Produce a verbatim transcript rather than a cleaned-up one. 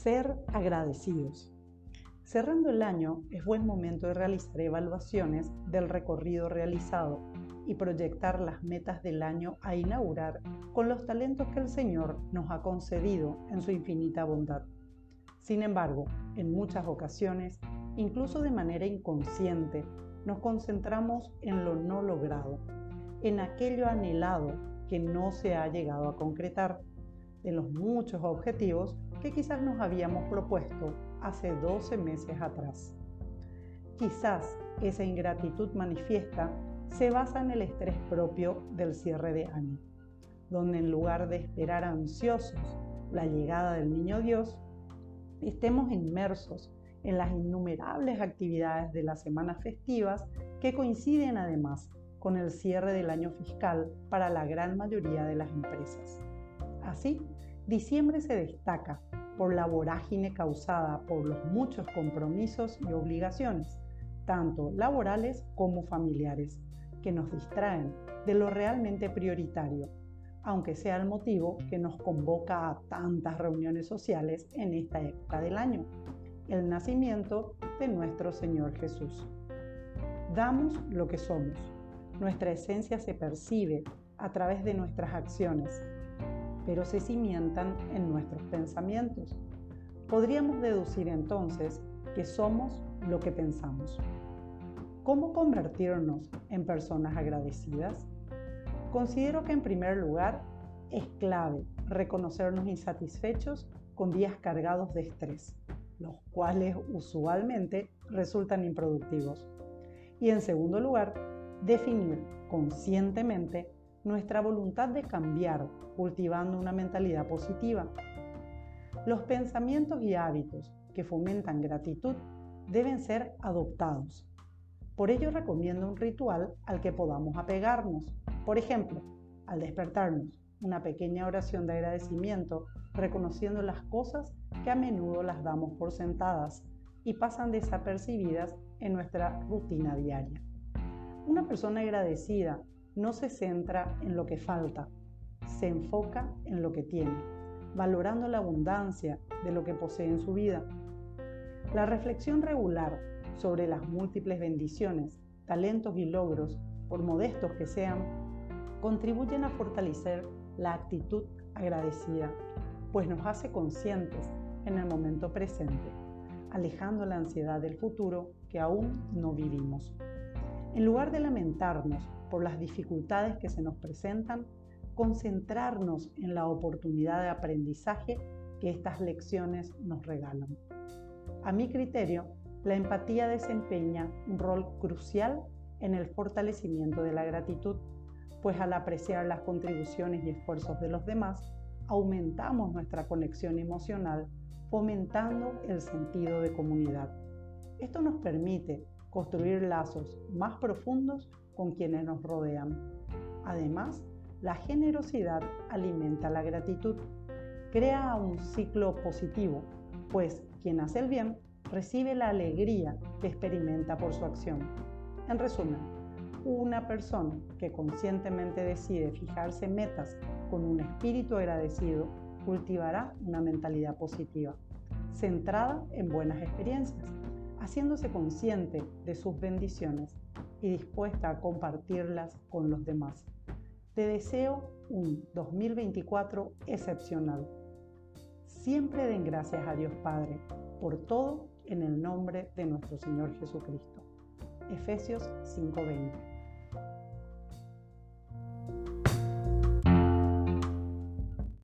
Ser agradecidos. Cerrando el año, es buen momento de realizar evaluaciones del recorrido realizado y proyectar las metas del año a inaugurar con los talentos que el Señor nos ha concedido en su infinita bondad. Sin embargo, en muchas ocasiones, incluso de manera inconsciente, nos concentramos en lo no logrado, en aquello anhelado que no se ha llegado a concretar, de los muchos objetivos que quizás nos habíamos propuesto hace doce meses atrás. Quizás esa ingratitud manifiesta se basa en el estrés propio del cierre de año, donde en lugar de esperar ansiosos la llegada del Niño Dios, estemos inmersos en las innumerables actividades de las semanas festivas que coinciden además con el cierre del año fiscal para la gran mayoría de las empresas. Así, diciembre se destaca por la vorágine causada por los muchos compromisos y obligaciones, tanto laborales como familiares, que nos distraen de lo realmente prioritario, aunque sea el motivo que nos convoca a tantas reuniones sociales en esta época del año, el nacimiento de nuestro Señor Jesús. Damos lo que somos. Nuestra esencia se percibe a través de nuestras acciones, pero se cimientan en nuestros pensamientos. Podríamos deducir entonces que somos lo que pensamos. ¿Cómo convertirnos en personas agradecidas? Considero que en primer lugar es clave reconocernos insatisfechos con días cargados de estrés, los cuales usualmente resultan improductivos. Y en segundo lugar, definir conscientemente nuestra voluntad de cambiar, cultivando una mentalidad positiva. Los pensamientos y hábitos que fomentan gratitud deben ser adoptados. Por ello recomiendo un ritual al que podamos apegarnos. Por ejemplo, al despertarnos, una pequeña oración de agradecimiento, reconociendo las cosas que a menudo las damos por sentadas y pasan desapercibidas en nuestra rutina diaria. Una persona agradecida no se centra en lo que falta, se enfoca en lo que tiene, valorando la abundancia de lo que posee en su vida. La reflexión regular sobre las múltiples bendiciones, talentos y logros, por modestos que sean, contribuyen a fortalecer la actitud agradecida, pues nos hace conscientes en el momento presente, alejando la ansiedad del futuro que aún no vivimos. En lugar de lamentarnos por las dificultades que se nos presentan, concentrarnos en la oportunidad de aprendizaje que estas lecciones nos regalan. A mi criterio, la empatía desempeña un rol crucial en el fortalecimiento de la gratitud, pues al apreciar las contribuciones y esfuerzos de los demás, aumentamos nuestra conexión emocional, fomentando el sentido de comunidad. Esto nos permite construir lazos más profundos con quienes nos rodean. Además, la generosidad alimenta la gratitud, crea un ciclo positivo, pues quien hace el bien recibe la alegría que experimenta por su acción. En resumen, una persona que conscientemente decide fijarse metas con un espíritu agradecido cultivará una mentalidad positiva, centrada en buenas experiencias, haciéndose consciente de sus bendiciones y dispuesta a compartirlas con los demás. Te deseo un dos mil veinticuatro excepcional. Siempre den gracias a Dios Padre por todo en el nombre de nuestro Señor Jesucristo. Efesios cinco veinte.